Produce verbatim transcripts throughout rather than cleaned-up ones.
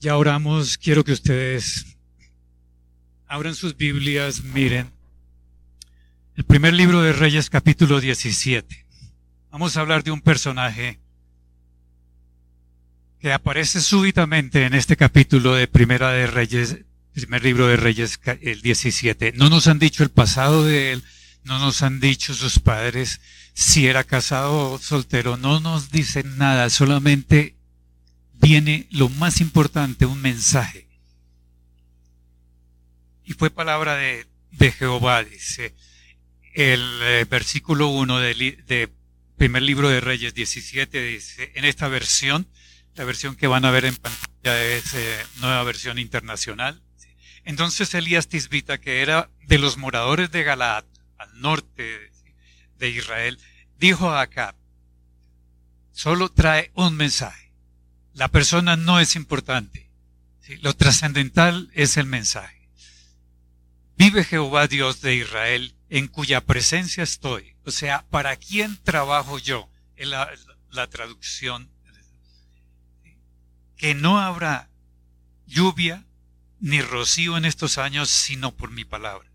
Ya oramos, quiero que ustedes abran sus Biblias, miren. El primer libro de Reyes, capítulo diecisiete. Vamos a hablar de un personaje que aparece súbitamente en este capítulo de Primera de Reyes, primer libro de Reyes, el diecisiete. No nos han dicho el pasado de él, no nos han dicho sus padres, si era casado o soltero, no nos dicen nada, solamente viene lo más importante, un mensaje. Y fue palabra de, de Jehová, dice el eh, versículo uno del de primer libro de Reyes diecisiete, dice, en esta versión, la versión que van a ver en pantalla es eh, nueva versión internacional. Entonces Elías Tisbita, que era de los moradores de Galaad, al norte de Israel, dijo a Acab, solo trae un mensaje. La persona no es importante. ¿Sí? Lo trascendental es el mensaje. Vive Jehová Dios de Israel, en cuya presencia estoy. O sea, ¿para quién trabajo yo? En la, la traducción. Que no habrá lluvia ni rocío en estos años, sino por mi palabra.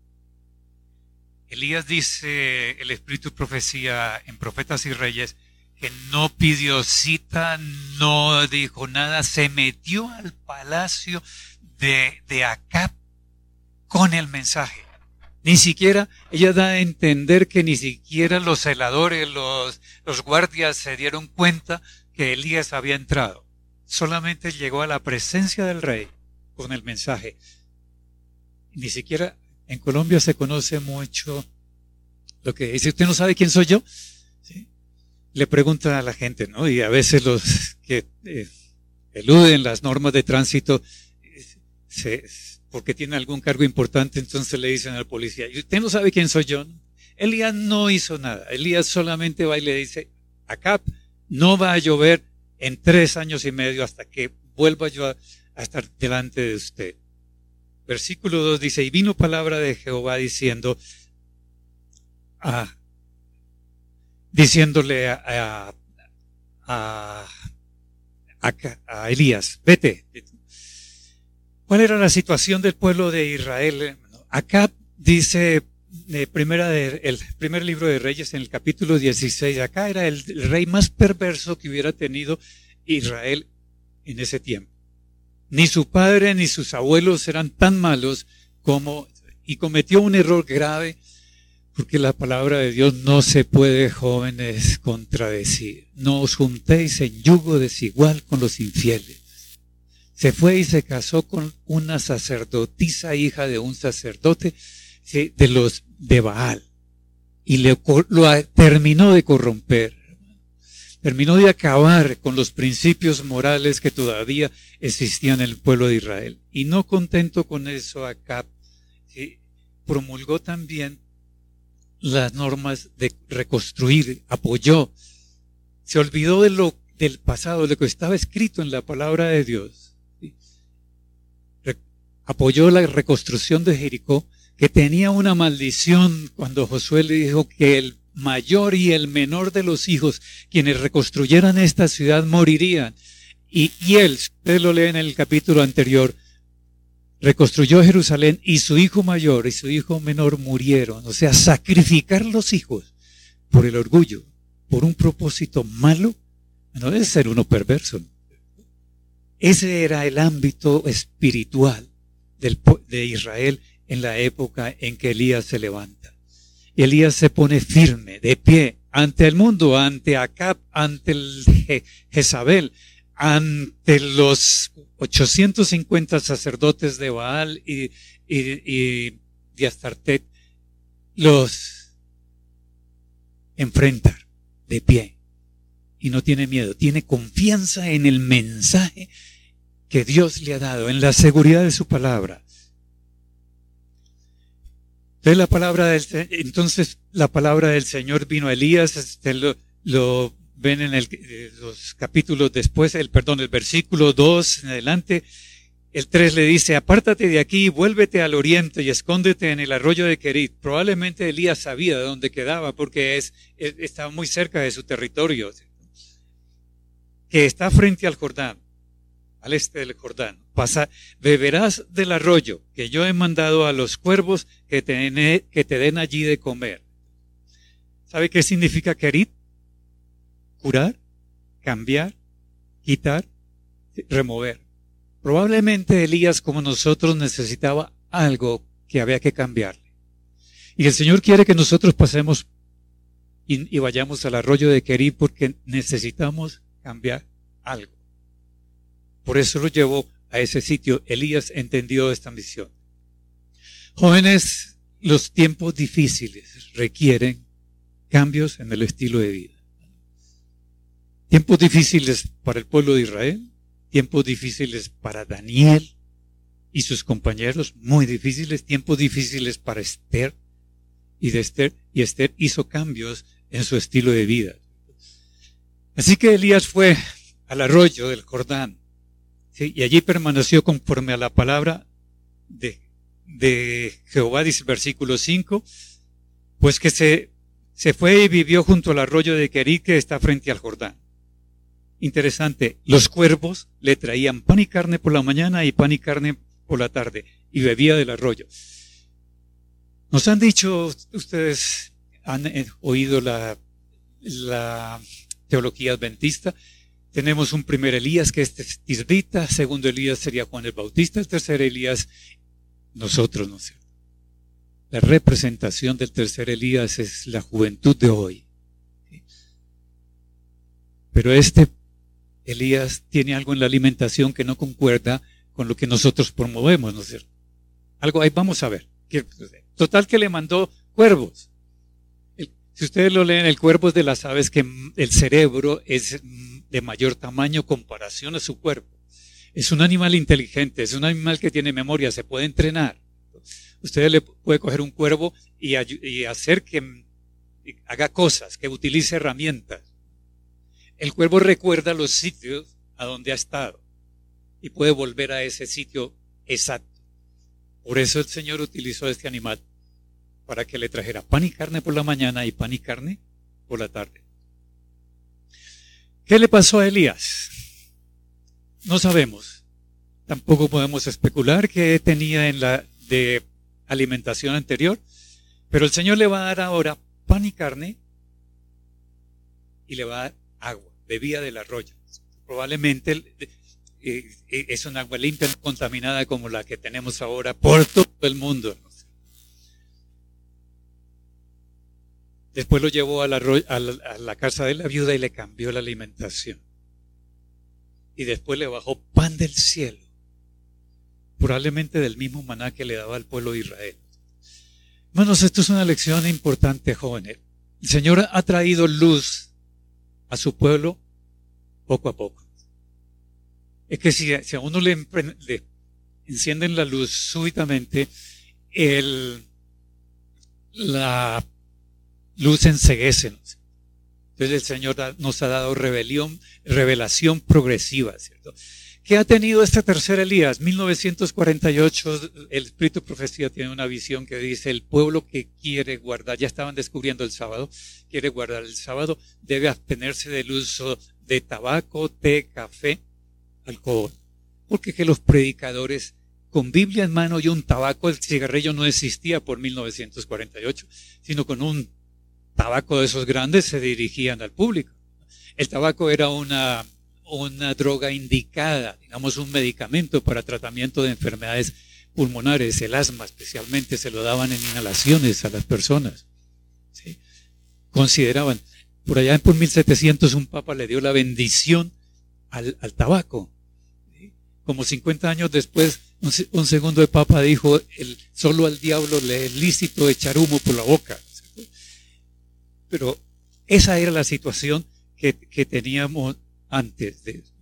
Elías dice, el Espíritu profecía en Profetas y Reyes, que no pidió cita, no dijo nada, se metió al palacio de, de Acab con el mensaje. Ni siquiera, ella da a entender que ni siquiera los celadores, los, los guardias se dieron cuenta que Elías había entrado. Solamente llegó a la presencia del rey con el mensaje. Ni siquiera en Colombia se conoce mucho lo que dice, ¿usted no sabe quién soy yo? ¿Sí? Le preguntan a la gente, ¿no? Y a veces los que eh, eluden las normas de tránsito, eh, se, porque tienen algún cargo importante, entonces le dicen al policía, ¿y usted no sabe quién soy yo? Elías no hizo nada. Elías solamente va y le dice, Acab, no va a llover en tres años y medio hasta que vuelva yo a, a estar delante de usted. Versículo dos dice, y vino palabra de Jehová diciendo, a, diciéndole a, a, a, a Elías, vete. ¿Cuál era la situación del pueblo de Israel? Acá dice, eh, primera de, el primer libro de Reyes en el capítulo dieciséis, acá era el, el rey más perverso que hubiera tenido Israel en ese tiempo. Ni su padre ni sus abuelos eran tan malos como, y cometió un error grave, porque la palabra de Dios no se puede, jóvenes, contradecir. No os juntéis en yugo desigual con los infieles. Se fue y se casó con una sacerdotisa, hija de un sacerdote, ¿sí?, de los de Baal, y le, lo terminó de corromper. Terminó de acabar con los principios morales que todavía existían en el pueblo de Israel. Y no contento con eso, Acab, ¿sí?, promulgó también las normas de reconstruir, apoyó, se olvidó de lo del pasado, de lo que estaba escrito en la palabra de Dios. ¿Sí? Re, apoyó la reconstrucción de Jericó, que tenía una maldición cuando Josué le dijo que el mayor y el menor de los hijos, quienes reconstruyeran esta ciudad, morirían. Y, y él, usted lo lee en el capítulo anterior, reconstruyó Jerusalén y su hijo mayor y su hijo menor murieron. O sea, sacrificar los hijos por el orgullo, por un propósito malo, no es ser uno perverso. Ese era el ámbito espiritual del, de Israel en la época en que Elías se levanta. Y Elías se pone firme, de pie, ante el mundo, ante Acab, ante el Je- Jezabel, ante los ochocientos cincuenta sacerdotes de Baal y, y, y de Astartet, los enfrenta de pie. Y no tiene miedo, tiene confianza en el mensaje que Dios le ha dado, en la seguridad de su palabra. Entonces la palabra del, entonces, la palabra del Señor vino a Elías, este, lo, lo ven en el, los capítulos después, el perdón, el versículo dos en adelante, el tres le dice, apártate de aquí, vuélvete al oriente y escóndete en el arroyo de Querit. Probablemente Elías sabía de dónde quedaba porque es, es, estaba muy cerca de su territorio, que está frente al Jordán. al este del Jordán. Pasa, beberás del arroyo que yo he mandado a los cuervos que te, que te den allí de comer. ¿Sabe qué significa kerit? Curar, cambiar, quitar, remover. Probablemente Elías, como nosotros, necesitaba algo que había que cambiarle. Y el Señor quiere que nosotros pasemos y, y vayamos al arroyo de Kerit porque necesitamos cambiar algo. Por eso lo llevó a ese sitio. Elías entendió esta misión. Jóvenes, los tiempos difíciles requieren cambios en el estilo de vida. Tiempos difíciles para el pueblo de Israel, tiempos difíciles para Daniel y sus compañeros, muy difíciles, tiempos difíciles para Esther y de Esther, y Esther hizo cambios en su estilo de vida. Así que Elías fue al arroyo del Jordán, ¿sí? Y allí permaneció conforme a la palabra de, de Jehová, dice el versículo cinco, pues que se, se fue y vivió junto al arroyo de Kerit que está frente al Jordán. Interesante, los cuervos le traían pan y carne por la mañana y pan y carne por la tarde, y bebía del arroyo. Nos han dicho, ustedes han oído la, la teología adventista, tenemos un primer Elías que es tisbita, segundo Elías sería Juan el Bautista, el tercer Elías, nosotros, ¿no es cierto? La representación del tercer Elías es la juventud de hoy. ¿Sí? Pero este Elías tiene algo en la alimentación que no concuerda con lo que nosotros promovemos, ¿no es cierto? Algo ahí vamos a ver. Total que le mandó cuervos. El, si ustedes lo leen, el cuervo es de las aves que el cerebro es de mayor tamaño en comparación a su cuerpo. Es un animal inteligente, es un animal que tiene memoria, se puede entrenar. Usted le puede coger un cuervo y, y hacer que haga cosas, que utilice herramientas. El cuervo recuerda los sitios a donde ha estado y puede volver a ese sitio exacto. Por eso el Señor utilizó a este animal para que le trajera pan y carne por la mañana y pan y carne por la tarde. ¿Qué le pasó a Elías? No sabemos. Tampoco podemos especular qué tenía en la de alimentación anterior, pero el Señor le va a dar ahora pan y carne y le va a dar agua, bebía del arroyo. Probablemente eh, es un agua limpia, no contaminada como la que tenemos ahora por todo el mundo. Después lo llevó a la, a, la, a la casa de la viuda y le cambió la alimentación. Y después le bajó pan del cielo, probablemente del mismo maná que le daba al pueblo de Israel. Hermanos, esto es una lección importante, jóvenes. El Señor ha traído luz a su pueblo poco a poco. Es que si, si a uno le, le encienden la luz súbitamente, el, la luz enceguece. Entonces el Señor da, nos ha dado rebelión, revelación progresiva, ¿cierto? ¿Qué ha tenido este tercer Elías? mil novecientos cuarenta y ocho, el Espíritu de Profecía tiene una visión que dice, el pueblo que quiere guardar, ya estaban descubriendo el sábado, quiere guardar el sábado, debe abstenerse del uso de tabaco, té, café, alcohol. Porque que los predicadores con Biblia en mano y un tabaco, el cigarrillo no existía por mil novecientos cuarenta y ocho, sino con un tabaco de esos grandes se dirigían al público. El tabaco era una, una droga indicada, digamos un medicamento para tratamiento de enfermedades pulmonares, el asma especialmente, se lo daban en inhalaciones a las personas. ¿Sí? Consideraban, por allá por mil setecientos un papa le dio la bendición al, al tabaco. ¿Sí? Como cincuenta años después, un, un segundo de papa dijo, el, solo al diablo le es lícito echar humo por la boca. ¿Sí? Pero esa era la situación que, que teníamos antes de eso.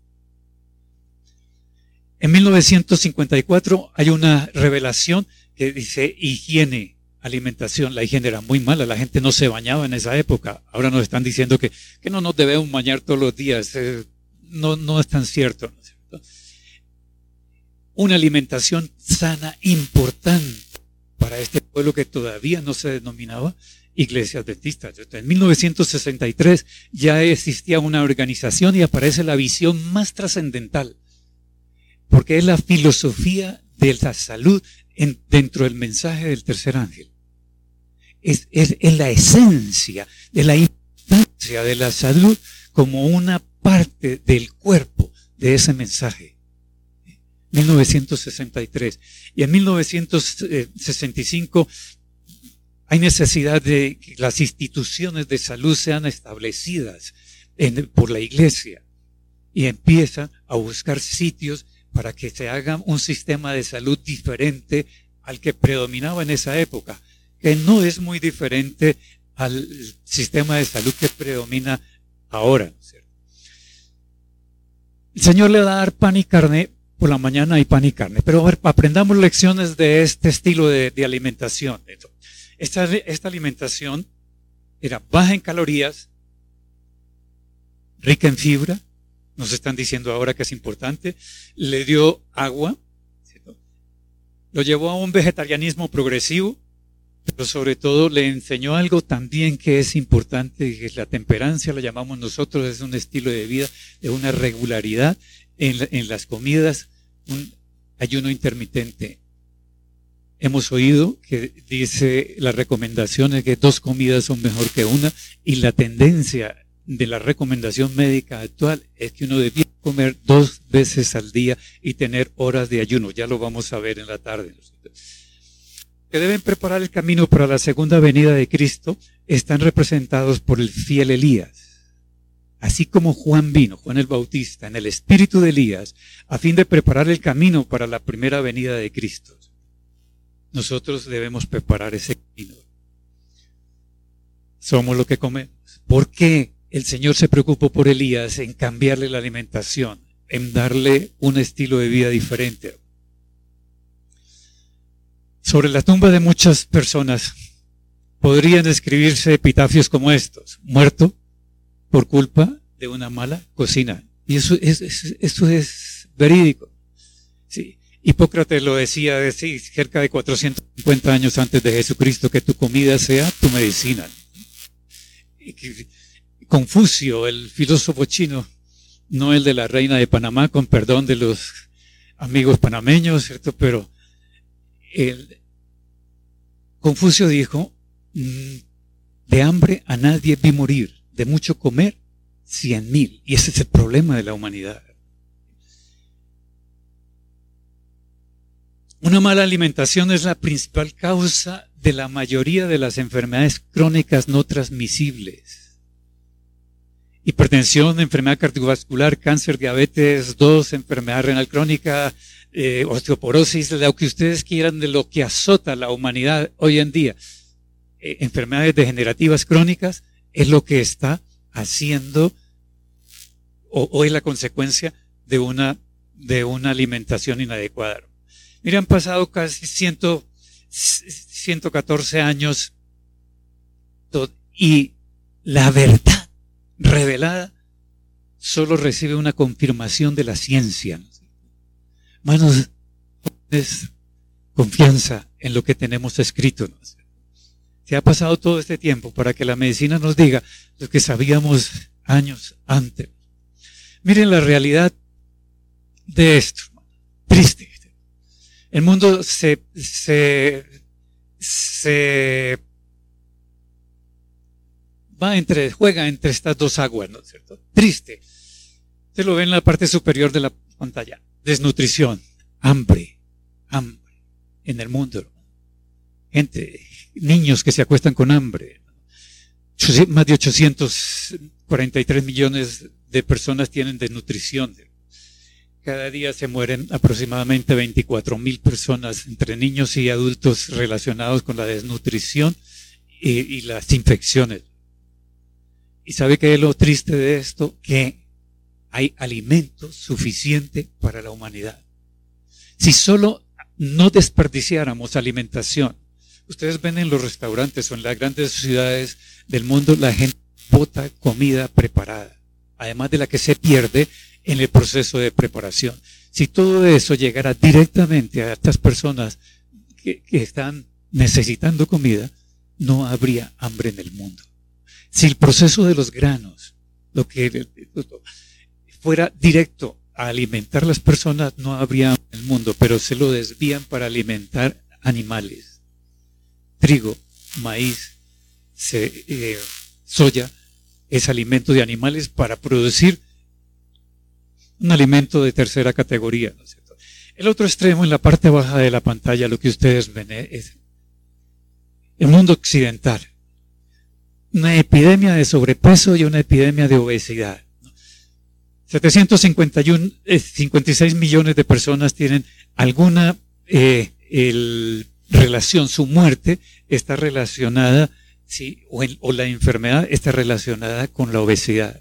En mil novecientos cincuenta y cuatro hay una revelación que dice higiene, alimentación. La higiene era muy mala, la gente no se bañaba en esa época. Ahora nos están diciendo que, que no nos debemos bañar todos los días. Eh, no, no es tan cierto, ¿no es cierto? Una alimentación sana, importante para este pueblo que todavía no se denominaba Iglesia Adventista. En mil novecientos sesenta y tres ya existía una organización y aparece la visión más trascendental. porque es la filosofía de la salud en, dentro del mensaje del tercer ángel. Es, es, es la esencia de la importancia de la salud como una parte del cuerpo de ese mensaje. mil novecientos sesenta y tres. Y en mil novecientos sesenta y cinco hay necesidad de que las instituciones de salud sean establecidas en, por la iglesia, y empieza a buscar sitios para que se haga un sistema de salud diferente al que predominaba en esa época, que no es muy diferente al sistema de salud que predomina ahora, ¿no es cierto? El Señor le va a dar pan y carne. Por la mañana hay pan y carne, pero a ver, aprendamos lecciones de este estilo de, de alimentación. Esta, esta alimentación era baja en calorías, rica en fibra, nos están diciendo ahora que es importante, le dio agua, ¿cierto? Lo llevó a un vegetarianismo progresivo, pero sobre todo le enseñó algo también que es importante, que es la temperancia, la llamamos nosotros, es un estilo de vida, de una regularidad en, en las comidas, un ayuno intermitente. Hemos oído que dice la recomendación es que dos comidas son mejor que una, y la tendencia de la recomendación médica actual es que uno debe comer dos veces al día y tener horas de ayuno. Ya lo vamos a ver en la tarde. Que deben preparar el camino para la segunda venida de Cristo están representados por el fiel Elías. Así como Juan vino, Juan el Bautista, en el espíritu de Elías, a fin de preparar el camino para la primera venida de Cristo. Nosotros debemos preparar ese camino. Somos lo que comemos. ¿Por qué el Señor se preocupó por Elías en cambiarle la alimentación, en darle un estilo de vida diferente? Sobre la tumba de muchas personas podrían escribirse epitafios como estos: muerto por culpa de una mala cocina. Y eso es, es, eso es verídico. Sí. Hipócrates lo decía sí, cerca de cuatrocientos cincuenta años antes de Jesucristo, que tu comida sea tu medicina. Y que Confucio, el filósofo chino, no el de la reina de Panamá, con perdón de los amigos panameños, ¿cierto? Pero el Confucio dijo: de hambre a nadie vi morir, de mucho comer cien mil. Y ese es el problema de la humanidad. Una mala alimentación es la principal causa de la mayoría de las enfermedades crónicas no transmisibles. Hipertensión, enfermedad cardiovascular, cáncer, diabetes dos, enfermedad renal crónica, eh, osteoporosis, lo que ustedes quieran, de lo que azota a la humanidad hoy en día. Eh, enfermedades degenerativas crónicas es lo que está haciendo o, o es la consecuencia de una, de una alimentación inadecuada. Mira, han pasado casi ciento, ciento catorce años y la verdad revelada solo recibe una confirmación de la ciencia. Manos, es confianza en lo que tenemos escrito. Se ha pasado todo este tiempo para que la medicina nos diga lo que sabíamos años antes. Miren la realidad de esto. Triste. El mundo se, se, se va entre, juega entre estas dos aguas, ¿no es cierto? Triste. Se lo ve en la parte superior de la pantalla. Desnutrición, hambre, hambre en el mundo. Gente, niños que se acuestan con hambre. Más de ochocientos cuarenta y tres millones de personas tienen desnutrición. Cada día se mueren aproximadamente veinticuatro mil personas entre niños y adultos relacionados con la desnutrición y, y las infecciones. ¿Y sabe qué es lo triste de esto? Que hay alimento suficiente para la humanidad. Si solo no desperdiciáramos alimentación, ustedes ven en los restaurantes o en las grandes ciudades del mundo, la gente bota comida preparada, además de la que se pierde en el proceso de preparación. Si todo eso llegara directamente a estas personas que, que están necesitando comida, no habría hambre en el mundo. Si el proceso de los granos, lo que fuera directo a alimentar a las personas, no habría hambre en el mundo, pero se lo desvían para alimentar animales. Trigo, maíz, se, eh, soya, es alimento de animales para producir un alimento de tercera categoría, ¿no es cierto? El otro extremo, en la parte baja de la pantalla, lo que ustedes ven es el mundo occidental. Una epidemia de sobrepeso y una epidemia de obesidad. setecientos cincuenta y seis millones de personas tienen alguna eh, el, relación, su muerte está relacionada, ¿sí? o, el, o la enfermedad está relacionada con la obesidad.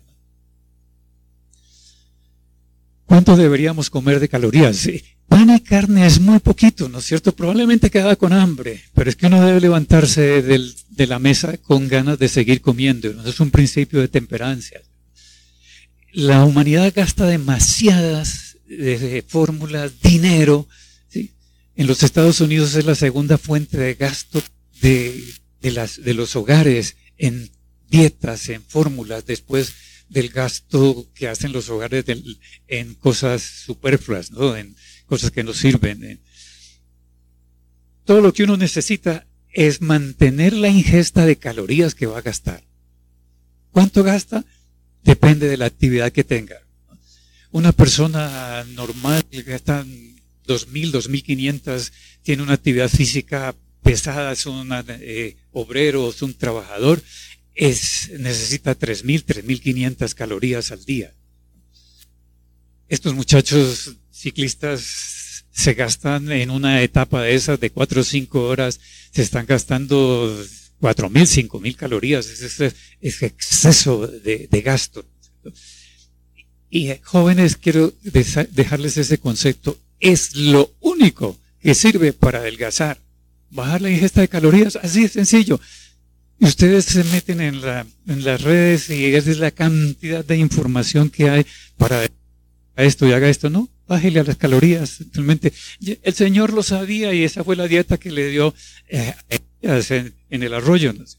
¿Cuánto deberíamos comer de calorías? Sí, pan y carne es muy poquito, ¿no es cierto? Probablemente queda con hambre, pero es que uno debe levantarse del, de la mesa con ganas de seguir comiendo, ¿no? Es un principio de temperancia. La humanidad gasta demasiadas de fórmulas, dinero, ¿sí? En los Estados Unidos es la segunda fuente de gasto de, de, las, de los hogares en dietas, en fórmulas, después del gasto que hacen los hogares del, en cosas superfluas, ¿no? En cosas que no sirven. ¿eh? Todo lo que uno necesita es mantener la ingesta de calorías que va a gastar. ¿Cuánto gasta? Depende de la actividad que tenga. Una persona normal que gasta dos mil, dos mil quinientas, tiene una actividad física pesada, es un eh, obrero, es un trabajador, es, necesita tres mil, tres mil quinientas calorías al día. Estos muchachos ciclistas se gastan en una etapa de esas de cuatro o cinco horas, se están gastando cuatro mil, cinco mil calorías, es, es, es exceso de, de gasto. Y eh, jóvenes, quiero dejarles ese concepto, es lo único que sirve para adelgazar, bajar la ingesta de calorías, así de sencillo. Y ustedes se meten en, la, en las redes y esa es la cantidad de información que hay para esto y haga esto, ¿no? Bájele a las calorías, realmente. El Señor lo sabía y esa fue la dieta que le dio eh, en, en el arroyo, ¿no?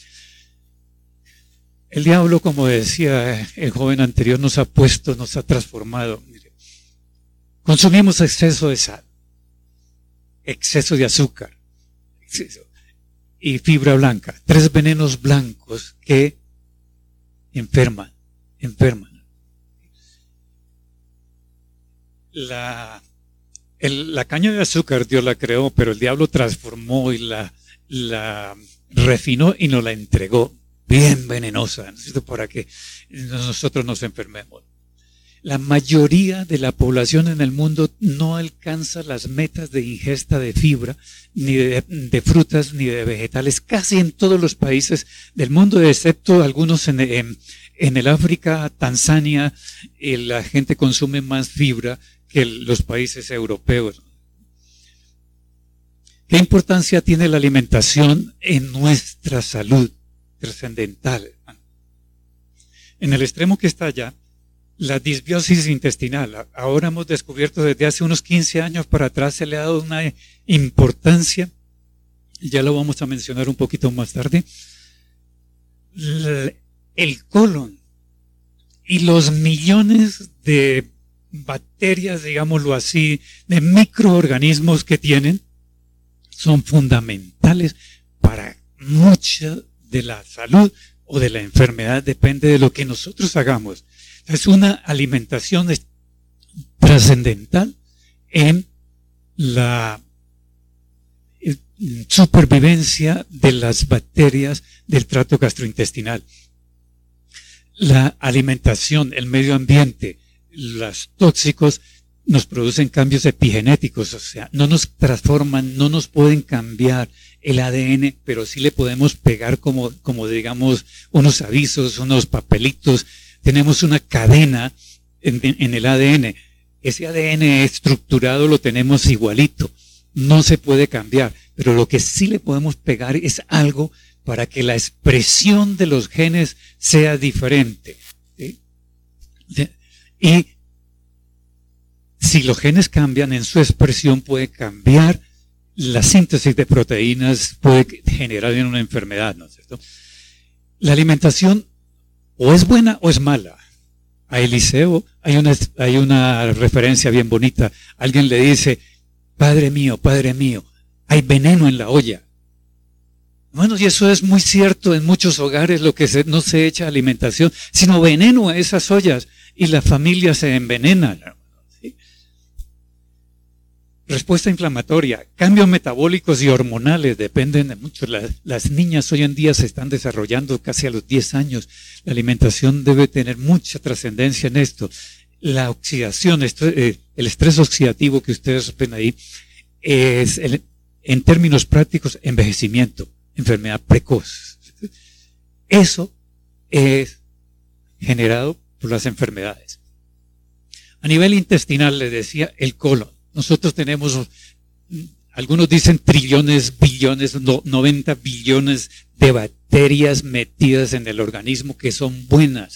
El diablo, como decía el joven anterior, nos ha puesto, nos ha transformado. Mire, consumimos exceso de sal, exceso de azúcar, exceso, y fibra blanca, tres venenos blancos que enferman, enferman. La, el, la caña de azúcar Dios la creó, pero el diablo transformó y la, la refinó y nos la entregó bien venenosa, ¿no es cierto?, para que nosotros nos enfermemos. La mayoría de la población en el mundo no alcanza las metas de ingesta de fibra, ni de, de frutas, ni de vegetales, casi en todos los países del mundo, excepto algunos en, en, en el África, Tanzania, eh, la gente consume más fibra que los países europeos. ¿Qué importancia tiene la alimentación en nuestra salud trascendental? En el extremo que está allá, la disbiosis intestinal. Ahora hemos descubierto desde hace unos quince años para atrás, se le ha dado una importancia, ya lo vamos a mencionar un poquito más tarde. El colon y los millones de bacterias, digámoslo así, de microorganismos que tienen, son fundamentales para mucha de la salud o de la enfermedad, depende de lo que nosotros hagamos. Es una alimentación trascendental en la supervivencia de las bacterias del tracto gastrointestinal. La alimentación, el medio ambiente, los tóxicos nos producen cambios epigenéticos, o sea, no nos transforman, no nos pueden cambiar el A D N, pero sí le podemos pegar como, como digamos, unos avisos, unos papelitos. Tenemos una cadena en, en el A D N. Ese A D N estructurado lo tenemos igualito, no se puede cambiar, pero lo que sí le podemos pegar es algo para que la expresión de los genes sea diferente. ¿Sí? Y si los genes cambian en su expresión, puede cambiar la síntesis de proteínas, puede generar una enfermedad, ¿no es cierto? La alimentación o es buena o es mala. A Eliseo hay una, hay una referencia bien bonita. Alguien le dice, Padre mío, Padre mío, hay veneno en la olla. Bueno, y eso es muy cierto en muchos hogares, lo que se, no se echa alimentación, sino veneno a esas ollas y la familia se envenena. ¿Sí? Respuesta inflamatoria, cambios metabólicos y hormonales dependen de mucho. Las, las niñas hoy en día se están desarrollando casi a los diez años. La alimentación debe tener mucha trascendencia en esto. La oxidación, esto, eh, el estrés oxidativo que ustedes ven ahí, es el, en términos prácticos envejecimiento, enfermedad precoz. Eso es generado por las enfermedades. A nivel intestinal, les decía, el colon. Nosotros tenemos, algunos dicen trillones, billones, no, noventa billones de bacterias metidas en el organismo que son buenas,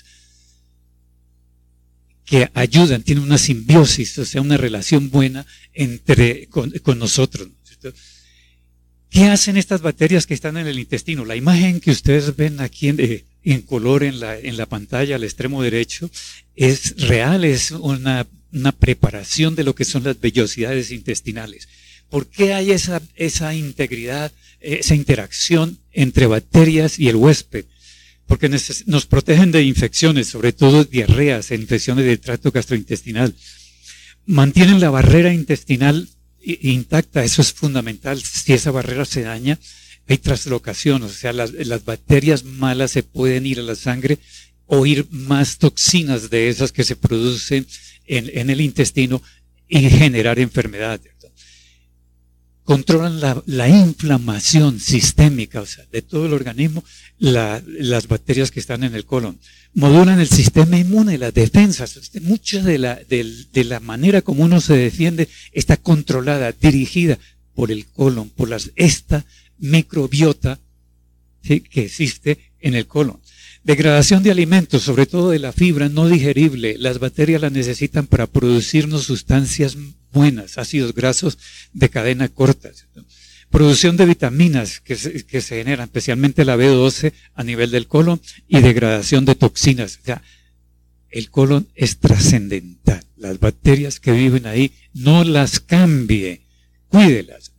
que ayudan, tienen una simbiosis, o sea, una relación buena entre con, con nosotros, ¿no? ¿Qué hacen estas bacterias que están en el intestino? La imagen que ustedes ven aquí en, eh, en color en la, en la pantalla al extremo derecho es real, es una, una preparación de lo que son las vellosidades intestinales. ¿Por qué hay esa, esa integridad, esa interacción entre bacterias y el huésped? Porque nos protegen de infecciones, sobre todo diarreas, infecciones del tracto gastrointestinal. Mantienen la barrera intestinal intacta, eso es fundamental. Si esa barrera se daña, hay traslocación, o sea, las, las bacterias malas se pueden ir a la sangre o ir más toxinas de esas que se producen en, en el intestino y generar enfermedad. Controlan la, la inflamación sistémica, o sea, de todo el organismo, la, las bacterias que están en el colon. Modulan el sistema inmune, las defensas. Mucha de la, de, de la manera como uno se defiende está controlada, dirigida por el colon, por las, esta microbiota, ¿sí?, que existe en el colon. Degradación de alimentos, sobre todo de la fibra no digerible. Las bacterias las necesitan para producirnos sustancias buenas, ácidos grasos de cadena corta. ¿Cierto? Producción de vitaminas que se, que se generan, especialmente la B doce a nivel del colon, y degradación de toxinas. O sea, el colon es trascendental. Las bacterias que viven ahí, no las cambie, cuídelas.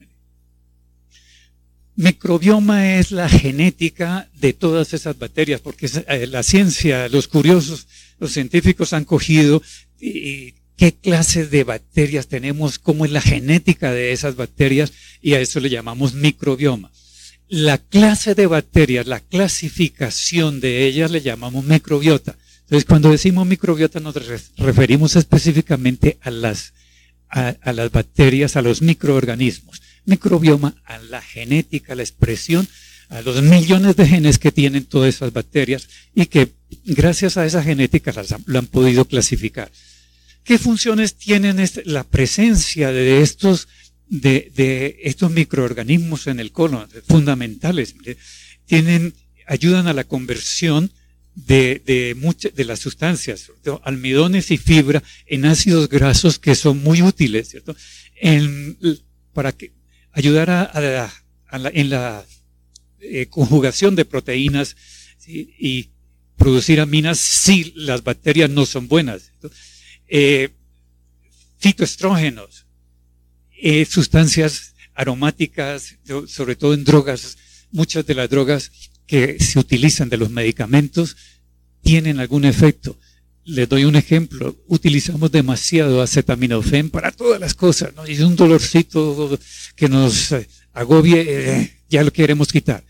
Microbioma es la genética de todas esas bacterias, porque la ciencia, los curiosos, los científicos han cogido y qué clases de bacterias tenemos, cómo es la genética de esas bacterias, y a eso le llamamos microbioma. La clase de bacterias, la clasificación de ellas le llamamos microbiota. Entonces, cuando decimos microbiota nos referimos específicamente a las, a, a las bacterias, a los microorganismos. Microbioma a la genética, a la expresión, a los millones de genes que tienen todas esas bacterias y que gracias a esa genética las han, lo han podido clasificar. ¿Qué funciones tienen este, la presencia de estos, de, de estos microorganismos en el colon? Fundamentales. Tienen, ayudan a la conversión de, de, muchas, de las sustancias, ¿cierto?, almidones y fibra en ácidos grasos que son muy útiles, ¿cierto?, en, para que ayudar a, a, a la, en la eh, conjugación de proteínas, ¿sí?, y producir aminas si las bacterias no son buenas. Eh, fitoestrógenos, eh, sustancias aromáticas, sobre todo en drogas. Muchas de las drogas que se utilizan de los medicamentos tienen algún efecto. Les doy un ejemplo. Utilizamos demasiado acetaminofén para todas las cosas, ¿no? Y es un dolorcito que nos agobie, eh, ya lo queremos quitar.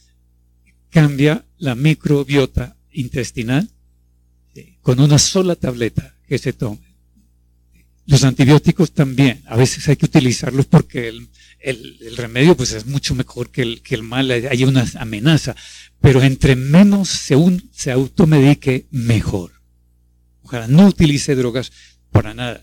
Cambia la microbiota intestinal, ¿sí?, con una sola tableta que se tome. Los antibióticos también, a veces hay que utilizarlos porque el, el, el remedio pues es mucho mejor que el, que el mal, hay una amenaza, pero entre menos se, un, se automedique, mejor. Ojalá no utilice drogas para nada.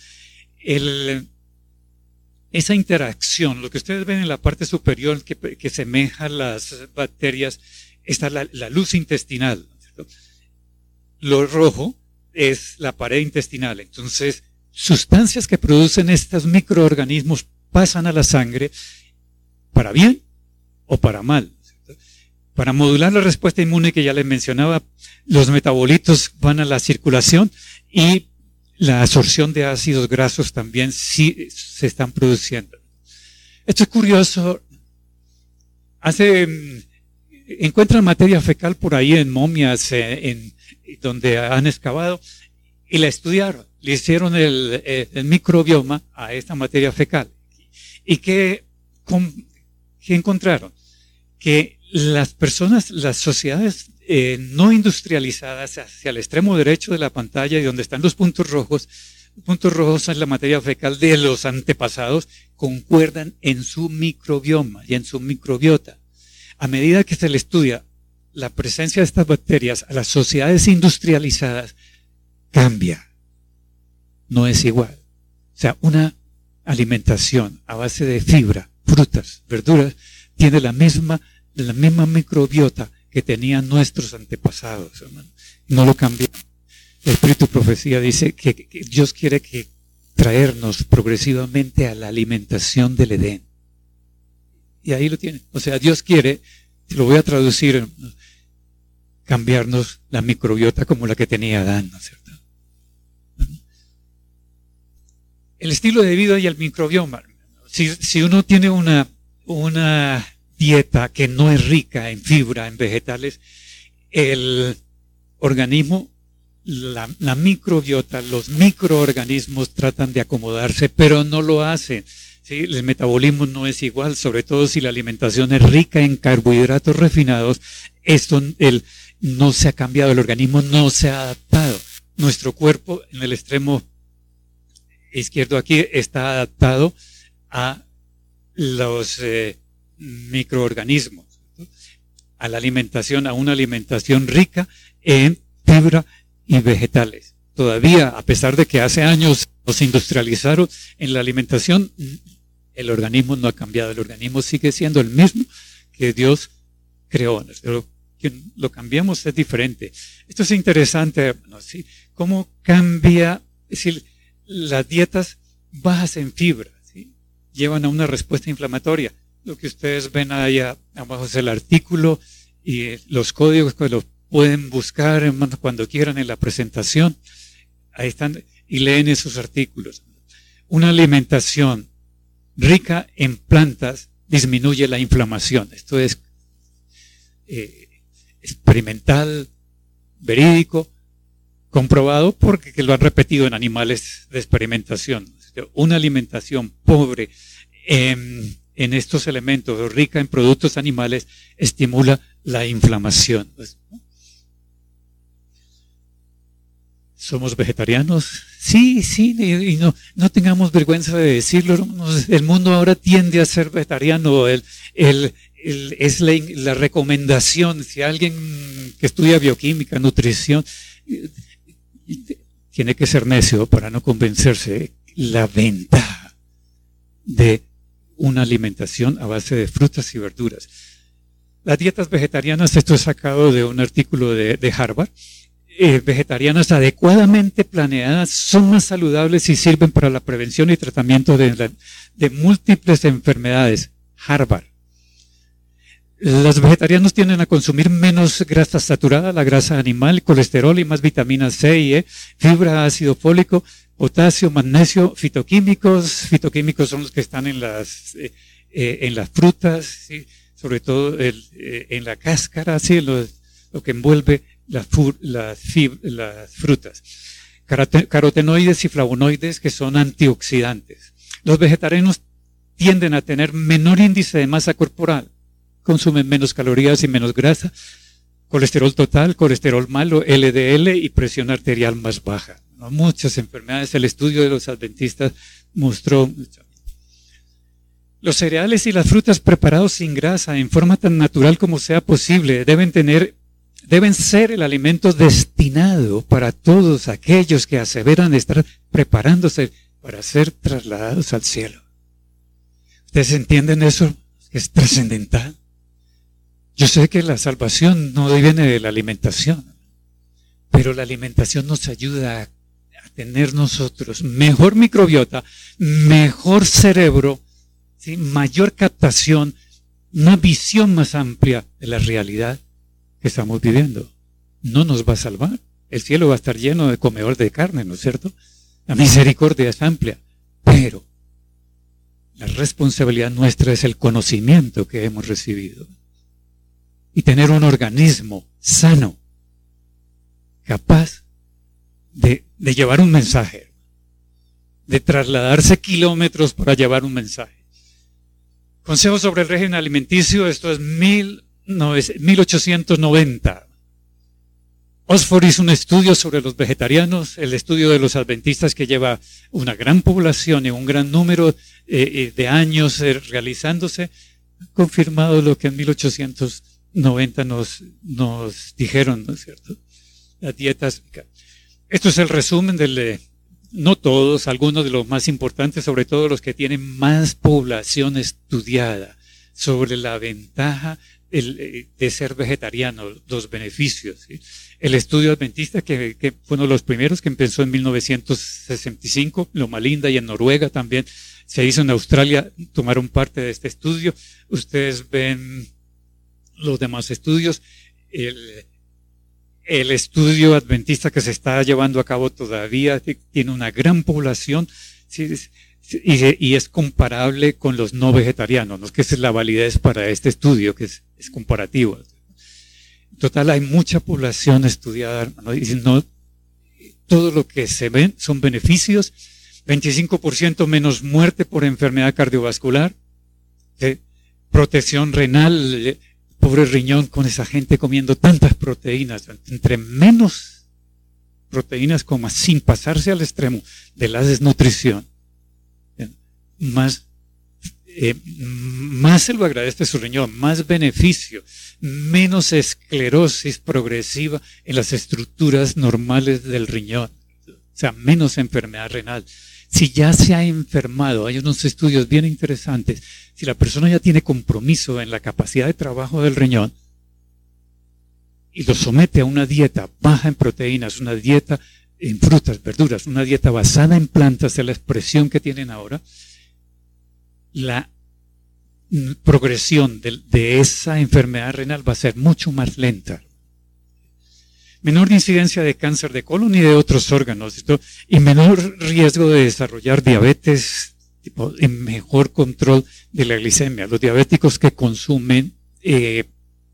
El, esa interacción, lo que ustedes ven en la parte superior que, que semeja las bacterias, está la, la luz intestinal, ¿cierto? Lo rojo es la pared intestinal. Entonces, sustancias que producen estos microorganismos pasan a la sangre para bien o para mal, ¿cierto? Para modular la respuesta inmune que ya les mencionaba, los metabolitos van a la circulación y la absorción de ácidos grasos también sí se están produciendo. Esto es curioso. Hace, encuentran materia fecal por ahí en momias, en, en donde han excavado, y la estudiaron. Le hicieron el, el, el microbioma a esta materia fecal. ¿Y qué, con, qué encontraron? Que las personas, las sociedades eh, no industrializadas hacia el extremo derecho de la pantalla y donde están los puntos rojos, los puntos rojos en la materia fecal de los antepasados, concuerdan en su microbioma y en su microbiota. A medida que se le estudia la presencia de estas bacterias a las sociedades industrializadas, cambia. No es igual. O sea, una alimentación a base de fibra, frutas, verduras, tiene la misma, la misma microbiota que tenían nuestros antepasados, hermano. No lo cambiamos. El Espíritu Profecía dice que, que Dios quiere que traernos progresivamente a la alimentación del Edén. Y ahí lo tiene. O sea, Dios quiere, lo voy a traducir, cambiarnos la microbiota como la que tenía Adán, ¿no es cierto? El estilo de vida y el microbioma. Si, si uno tiene una, una dieta que no es rica en fibra, en vegetales, el organismo, la, la microbiota, los microorganismos tratan de acomodarse, pero no lo hacen. ¿Sí? El metabolismo no es igual, sobre todo si la alimentación es rica en carbohidratos refinados. Esto el, no se ha cambiado, el organismo no se ha adaptado. Nuestro cuerpo en el extremo izquierdo aquí está adaptado a los eh, microorganismos, ¿no? A la alimentación, a una alimentación rica en fibra y vegetales. Todavía, a pesar de que hace años nos industrializaron en la alimentación, el organismo no ha cambiado, el organismo sigue siendo el mismo que Dios creó, pero que lo cambiamos es diferente. Esto es interesante, ¿no? ¿Sí? Cómo cambia, es decir, las dietas bajas en fibra, ¿sí? Llevan a una respuesta inflamatoria. Lo que ustedes ven ahí abajo es el artículo y los códigos que los pueden buscar, hermanos, cuando quieran en la presentación. Ahí están y leen esos artículos. Una alimentación rica en plantas disminuye la inflamación. Esto es eh, experimental, verídico, comprobado porque lo han repetido en animales de experimentación. Una alimentación pobre en, en estos elementos, rica en productos animales, estimula la inflamación. ¿Somos vegetarianos? Sí, sí, y no, no tengamos vergüenza de decirlo. El mundo ahora tiende a ser vegetariano. El, el, el, es la, la recomendación. Si alguien que estudia bioquímica, nutrición, tiene que ser necio para no convencerse la ventaja de una alimentación a base de frutas y verduras. Las dietas vegetarianas, esto es sacado de un artículo de, de Harvard, eh, vegetarianas adecuadamente planeadas son más saludables y sirven para la prevención y tratamiento de, de múltiples enfermedades. Harvard. Los vegetarianos tienden a consumir menos grasa saturada, la grasa animal, colesterol y más vitaminas C y E, fibra, ácido fólico, potasio, magnesio, fitoquímicos. Fitoquímicos son los que están en las, eh, eh, en las frutas, ¿sí? Sobre todo el, eh, en la cáscara, ¿sí? lo, lo que envuelve las, las, las frutas. Carotenoides y flavonoides que son antioxidantes. Los vegetarianos tienden a tener menor índice de masa corporal. Consumen menos calorías y menos grasa, colesterol total, colesterol malo, L D L y presión arterial más baja. ¿No? Muchas enfermedades, el estudio de los adventistas mostró. Los cereales y las frutas preparados sin grasa, en forma tan natural como sea posible, deben tener, deben ser el alimento destinado para todos aquellos que aseveran estar preparándose para ser trasladados al cielo. ¿Ustedes entienden eso? Es trascendental. Yo sé que la salvación no viene de la alimentación, pero la alimentación nos ayuda a, a tener nosotros mejor microbiota, mejor cerebro, ¿sí? Mayor captación una visión más amplia de la realidad que estamos viviendo. No nos va a salvar. El cielo va a estar lleno de comedor de carne, ¿no es cierto? La misericordia es amplia, pero la responsabilidad nuestra es el conocimiento que hemos recibido. Y tener un organismo sano, capaz de, de llevar un mensaje, de trasladarse kilómetros para llevar un mensaje. Consejo sobre el régimen alimenticio, esto es mil ochocientos noventa. Oxford hizo un estudio sobre los vegetarianos, el estudio de los adventistas que lleva una gran población y un gran número eh, de años eh, realizándose, confirmado lo que en mil ochocientos noventa nos, nos dijeron, ¿no es cierto? Las dietas. Esto es el resumen del, eh, no todos, algunos de los más importantes, sobre todo los que tienen más población estudiada sobre la ventaja el, eh, de ser vegetariano, los beneficios, ¿sí? El estudio adventista, que, que fue uno de los primeros, que empezó en mil novecientos sesenta y cinco, Loma Linda, y en Noruega también se hizo en Australia, tomaron parte de este estudio. Ustedes ven los demás estudios. El, el estudio adventista que se está llevando a cabo todavía tiene una gran población, ¿sí? y, y es comparable con los no vegetarianos, ¿no? Que esa es la validez para este estudio, que es, es comparativo. En total hay mucha población estudiada, hermano, y no, todo lo que se ven son beneficios. veinticinco por ciento menos muerte por enfermedad cardiovascular, ¿sí? Protección renal, pobre riñón con esa gente comiendo tantas proteínas. Entre menos proteínas coma sin pasarse al extremo de la desnutrición, más, eh, más se lo agradece su riñón, más beneficio, menos esclerosis progresiva en las estructuras normales del riñón, o sea, menos enfermedad renal. Si ya se ha enfermado, hay unos estudios bien interesantes, si la persona ya tiene compromiso en la capacidad de trabajo del riñón y lo somete a una dieta baja en proteínas, una dieta en frutas, verduras, una dieta basada en plantas, de la expresión que tienen ahora, la progresión de, de esa enfermedad renal va a ser mucho más lenta. Menor incidencia de cáncer de colon y de otros órganos, ¿cierto? Y menor riesgo de desarrollar diabetes, tipo, en mejor control de la glicemia. Los diabéticos que consumen eh,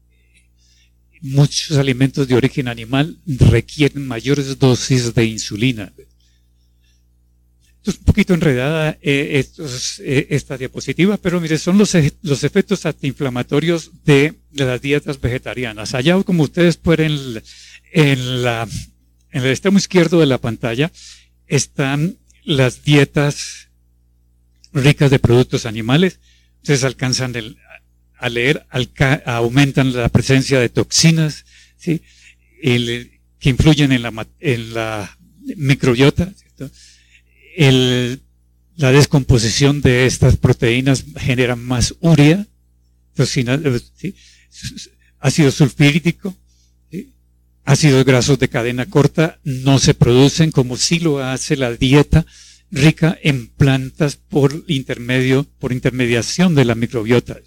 muchos alimentos de origen animal requieren mayores dosis de insulina. Esto es un poquito enredada eh, estos, eh, esta diapositiva, pero mire, son los, los efectos antiinflamatorios de, de las dietas vegetarianas. Allá, como ustedes pueden, en, la, en el extremo izquierdo de la pantalla, están las dietas ricas de productos animales. Ustedes alcanzan el, a leer, alca, aumentan la presencia de toxinas, ¿sí? El, que influyen en la, en la microbiota, ¿cierto? El, la descomposición de estas proteínas genera más urea, toxina, ¿sí? Ácido sulfídrico, ¿sí? Ácidos grasos de cadena corta no se producen como sí lo hace la dieta rica en plantas por intermedio, por intermediación de la microbiota.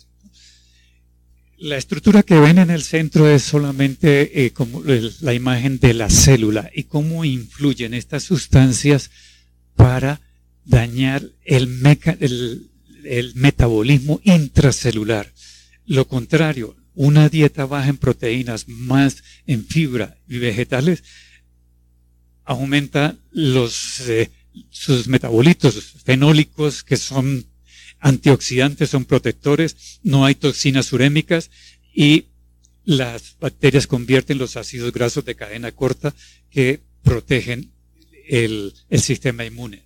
La estructura que ven en el centro es solamente eh, como el, la imagen de la célula y cómo influyen estas sustancias para dañar el, meca, el, el metabolismo intracelular. Lo contrario, una dieta baja en proteínas, más en fibra y vegetales, aumenta los, eh, sus metabolitos fenólicos, que son antioxidantes, son protectores, no hay toxinas urémicas y las bacterias convierten los ácidos grasos de cadena corta que protegen el, el sistema inmune.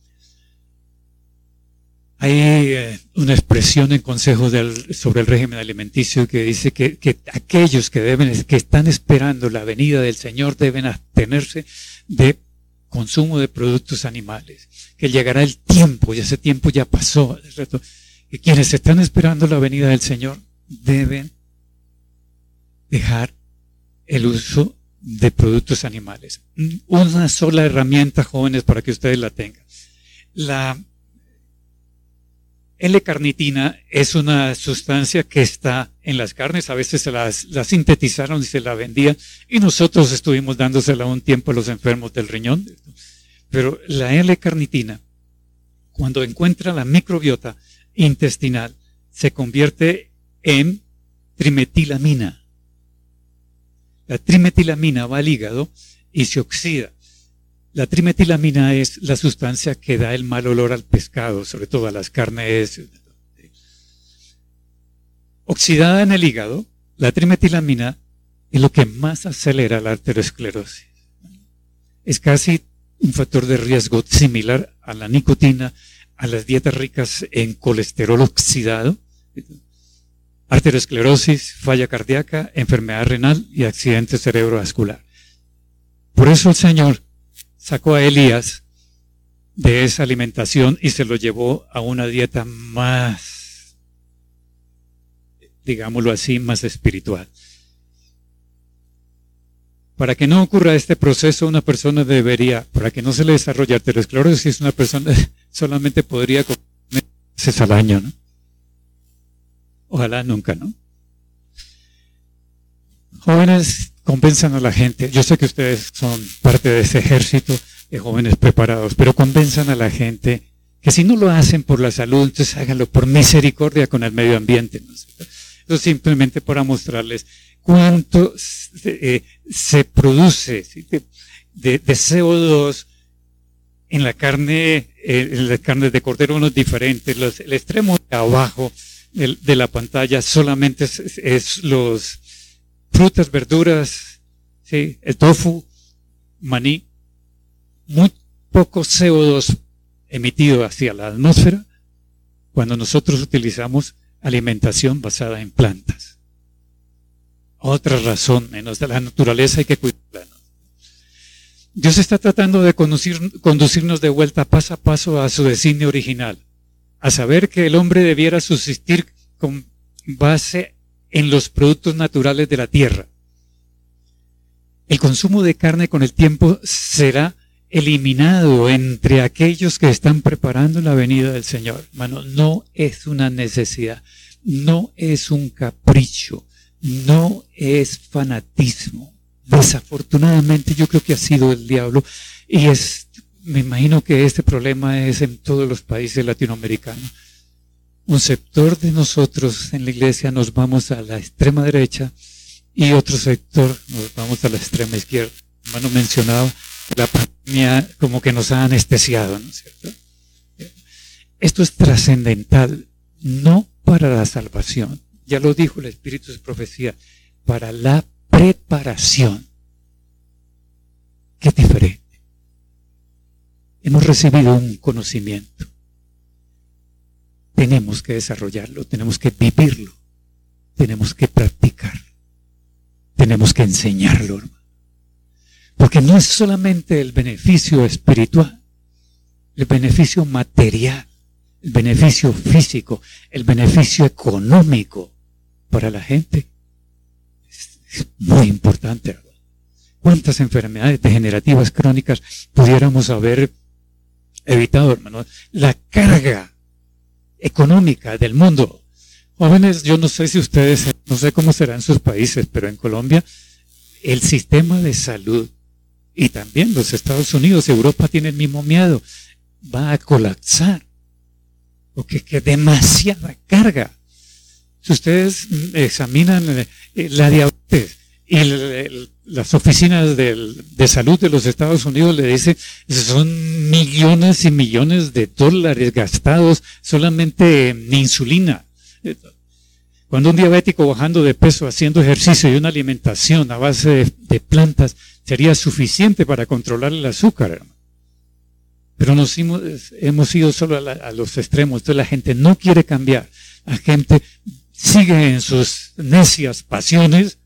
Hay eh, una expresión en Consejo del, sobre el régimen alimenticio que dice que, que aquellos que deben, que están esperando la venida del Señor deben abstenerse de consumo de productos animales, que llegará el tiempo, y ese tiempo ya pasó, que quienes están esperando la venida del Señor deben dejar el uso de productos animales. Una sola herramienta, jóvenes, para que ustedes la tengan. La L-carnitina es una sustancia que está en las carnes, a veces se la, la sintetizaron y se la vendían, y nosotros estuvimos dándosela un tiempo a los enfermos del riñón. Pero la L-carnitina, cuando encuentra la microbiota intestinal, se convierte en trimetilamina. La trimetilamina va al hígado y se oxida. La trimetilamina es la sustancia que da el mal olor al pescado, sobre todo a las carnes. Oxidada en el hígado, la trimetilamina es lo que más acelera la arteriosclerosis. Es casi un factor de riesgo similar a la nicotina, a las dietas ricas en colesterol oxidado, arteriosclerosis, falla cardíaca, enfermedad renal y accidente cerebrovascular. Por eso el Señor sacó a Elías de esa alimentación y se lo llevó a una dieta más, digámoslo así, más espiritual. Para que no ocurra este proceso, una persona debería, para que no se le desarrolle arteriosclerosis, una persona solamente podría comer veces al año, ¿no? Ojalá nunca, ¿no? Jóvenes, convenzan a la gente. Yo sé que ustedes son parte de ese ejército de jóvenes preparados, pero convenzan a la gente que si no lo hacen por la salud, entonces háganlo por misericordia con el medio ambiente, ¿no? Eso simplemente para mostrarles cuánto eh, se produce, ¿sí?, de, de C O dos en la carne, eh, en las carnes de cordero no es diferente. Los, el extremo de abajo de, de la pantalla solamente es, es los frutas, verduras, ¿sí?, el tofu, maní, muy poco C O dos emitido hacia la atmósfera cuando nosotros utilizamos alimentación basada en plantas. Otra razón menos de la naturaleza hay que cuidarla, ¿no? Dios está tratando de conducir, conducirnos de vuelta paso a paso a su designio original, a saber que el hombre debiera subsistir con base en los productos naturales de la tierra. El consumo de carne con el tiempo será eliminado entre aquellos que están preparando la venida del Señor. Hermano, no es una necesidad, no es un capricho, no es fanatismo. Desafortunadamente yo creo que ha sido el diablo, y es, me imagino que este problema es en todos los países latinoamericanos. Un sector de nosotros en la iglesia nos vamos a la extrema derecha y otro sector nos vamos a la extrema izquierda. El hermano mencionaba la pandemia como que nos ha anestesiado, ¿no es cierto? Esto es trascendental, no para la salvación, ya lo dijo el Espíritu de Profecía, para la preparación, que es diferente. Hemos recibido un conocimiento, tenemos que desarrollarlo, tenemos que vivirlo, tenemos que practicarlo, tenemos que enseñarlo, hermano. Porque no es solamente el beneficio espiritual, el beneficio material, el beneficio físico, el beneficio económico para la gente. Es, es muy importante. ¿Cuántas enfermedades degenerativas crónicas pudiéramos haber evitado, hermano? La carga económica del mundo. Jóvenes, yo no sé si ustedes, no sé cómo será en sus países, pero en Colombia el sistema de salud y también los Estados Unidos, Europa tiene el mismo miedo, va a colapsar, porque es demasiada carga. Si ustedes examinan la diabetes y las oficinas de, de salud de los Estados Unidos le dicen, son millones y millones de dólares gastados solamente en insulina. Cuando un diabético bajando de peso, haciendo ejercicio y una alimentación a base de, de plantas sería suficiente para controlar el azúcar, hermano. Pero nos hemos, hemos ido solo a, la, a los extremos. Entonces la gente no quiere cambiar. La gente sigue en sus necias pasiones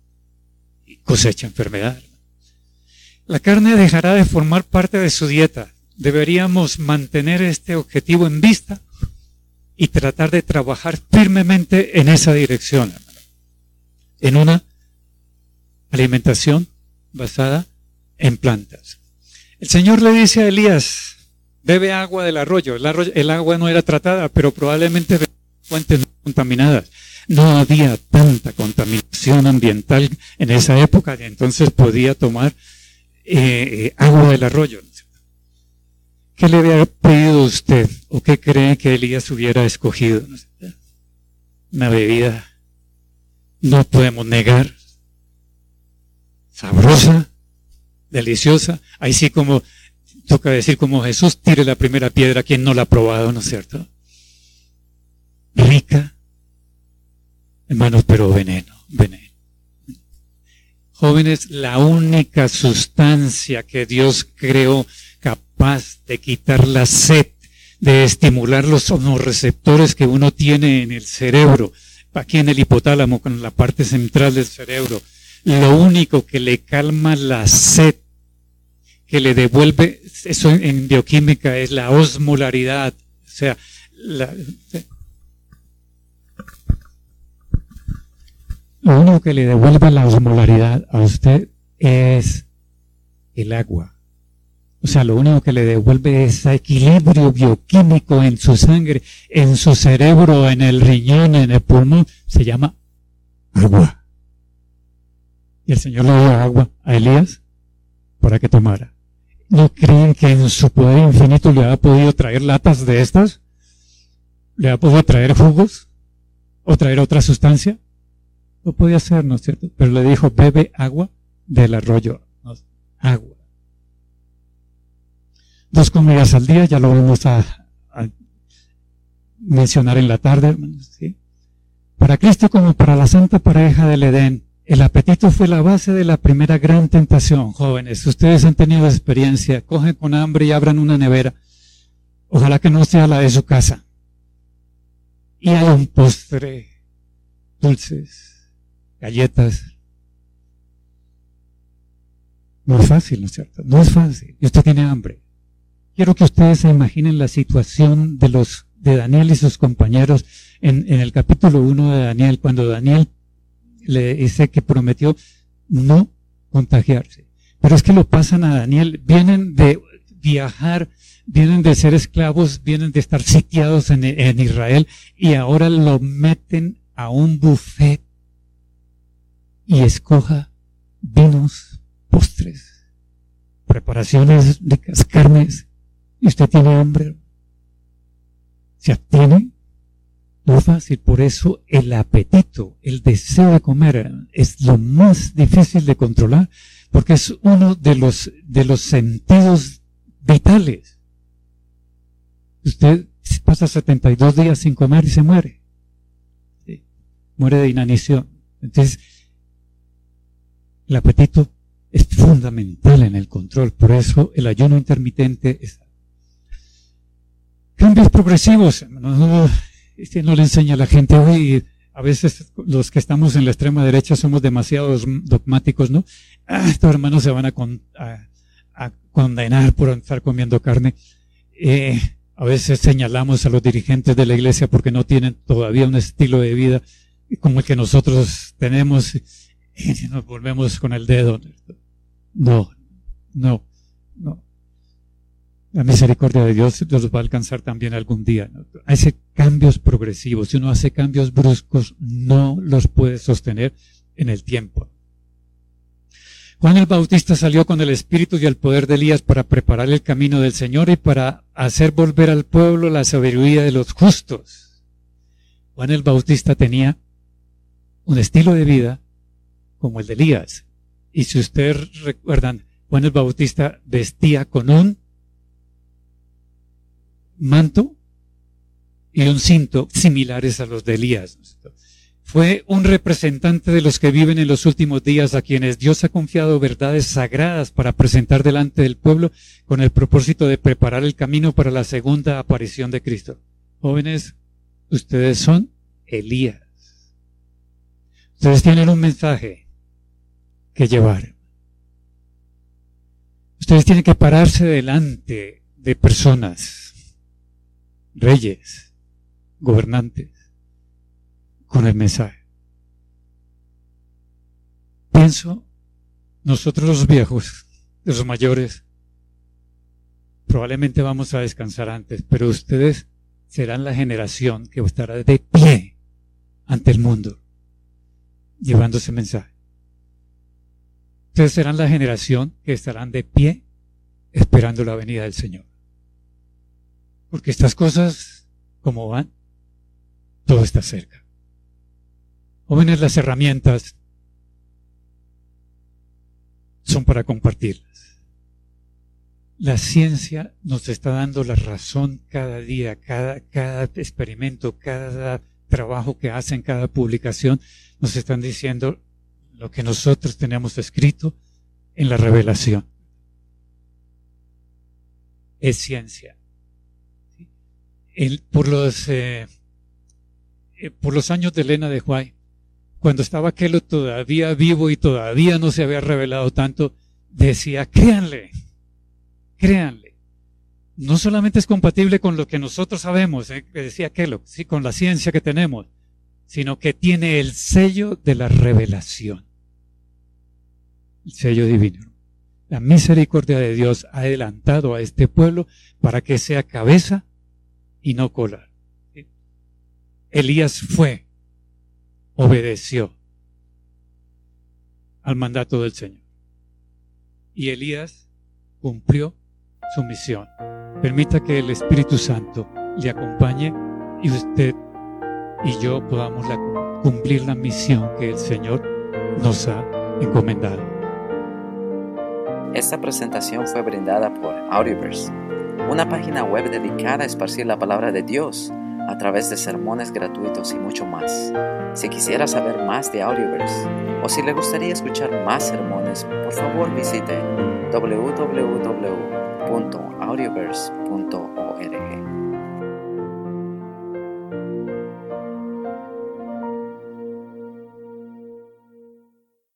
y cosecha enfermedad. La carne dejará de formar parte de su dieta. Deberíamos mantener este objetivo en vista y tratar de trabajar firmemente en esa dirección, hermano. En una alimentación basada en plantas. El Señor le dice a Elías, bebe agua del arroyo. El, arroyo, el agua no era tratada, pero probablemente bebía fuentes no contaminadas. No había tanta contaminación ambiental en esa época, entonces podía tomar eh, agua del arroyo. ¿Qué le había pedido usted o qué cree que Elías hubiera escogido? Una bebida, no podemos negar, sabrosa, deliciosa. Ahí sí, como toca decir, como Jesús, tire la primera piedra a quien no la ha probado, ¿no es cierto? Rica, hermanos, pero veneno, veneno. Jóvenes, la única sustancia que Dios creó capaz de quitar la sed, de estimular los sonorreceptores que uno tiene en el cerebro, aquí en el hipotálamo, con la parte central del cerebro. Lo único que le calma la sed, que le devuelve, eso en bioquímica es la osmolaridad, o sea, la, lo único que le devuelve la osmolaridad a usted es el agua. O sea, lo único que le devuelve ese equilibrio bioquímico en su sangre, en su cerebro, en el riñón, en el pulmón, se llama agua. Y el Señor le dio agua a Elías para que tomara. ¿No creen que en su poder infinito le ha podido traer latas de estas? ¿Le ha podido traer jugos? ¿O traer otra sustancia? Lo podía hacer, ¿no es cierto? Pero le dijo, bebe agua del arroyo. ¿No? Agua. Dos comidas al día, ya lo vamos a, a mencionar en la tarde, hermanos, ¿sí? Para Cristo como para la santa pareja del Edén, el apetito fue la base de la primera gran tentación. Jóvenes, ustedes han tenido experiencia, cogen con hambre y abran una nevera, ojalá que no sea la de su casa, y hay un postre, dulces, galletas. No es fácil, ¿no es cierto? No es fácil, y usted tiene hambre. Quiero que ustedes se imaginen la situación de los de Daniel y sus compañeros en, en el capítulo uno de Daniel, cuando Daniel le dice que prometió no contagiarse. Pero es que lo pasan a Daniel, vienen de viajar, vienen de ser esclavos, vienen de estar sitiados en, en Israel y ahora lo meten a un buffet y escoja vinos, postres, preparaciones ricas, carnes. Y usted tiene hambre, se abstiene, no es fácil. Por eso el apetito, el deseo de comer es lo más difícil de controlar, porque es uno de los, de los sentidos vitales. Usted pasa setenta y dos días sin comer y se muere, ¿sí? Muere de inanición. Entonces, el apetito es fundamental en el control, por eso el ayuno intermitente es cambios progresivos. No, no, este no le enseña a la gente hoy. A veces los que estamos en la extrema derecha somos demasiado dogmáticos, ¿no? Ah, estos hermanos se van a, con, a, a condenar por estar comiendo carne. Eh, a veces señalamos a los dirigentes de la iglesia porque no tienen todavía un estilo de vida como el que nosotros tenemos y nos volvemos con el dedo. No, no, no. La misericordia de Dios los va a alcanzar también algún día, ¿no? Hace cambios progresivos. Si uno hace cambios bruscos, no los puede sostener en el tiempo. Juan el Bautista salió con el espíritu y el poder de Elías para preparar el camino del Señor y para hacer volver al pueblo la sabiduría de los justos. Juan el Bautista tenía un estilo de vida como el de Elías. Y si ustedes recuerdan, Juan el Bautista vestía con un manto y un cinto similares a los de Elías. Fue un representante de los que viven en los últimos días, a quienes Dios ha confiado verdades sagradas para presentar delante del pueblo con el propósito de preparar el camino para la segunda aparición de Cristo. Jóvenes, ustedes son Elías. Ustedes tienen un mensaje que llevar. Ustedes tienen que pararse delante de personas, reyes, gobernantes, con el mensaje. Pienso, nosotros los viejos, los mayores, probablemente vamos a descansar antes, pero ustedes serán la generación que estará de pie ante el mundo, llevando ese mensaje. Ustedes serán la generación que estarán de pie esperando la venida del Señor. Porque estas cosas, como van, todo está cerca. Jóvenes, las herramientas son para compartirlas. La ciencia nos está dando la razón cada día, cada, cada experimento, cada trabajo que hacen, cada publicación, nos están diciendo lo que nosotros tenemos escrito en la revelación. Es ciencia. El, por, los, eh, eh, por los años de Elena de White, cuando estaba Kellogg todavía vivo y todavía no se había revelado tanto, decía, créanle, créanle. No solamente es compatible con lo que nosotros sabemos, eh, que decía Kellogg, sí, con la ciencia que tenemos, sino que tiene el sello de la revelación. El sello divino. La misericordia de Dios ha adelantado a este pueblo para que sea cabeza y no cola. ¿Sí? Elías fue, obedeció al mandato del Señor. Y Elías cumplió su misión. Permita que el Espíritu Santo le acompañe y usted y yo podamos la, cumplir la misión que el Señor nos ha encomendado. Esta presentación fue brindada por Audioverse, una página web dedicada a esparcir la palabra de Dios a través de sermones gratuitos y mucho más. Si quisiera saber más de Audioverse o si le gustaría escuchar más sermones, por favor visite doble u doble u doble u punto audioverse punto org.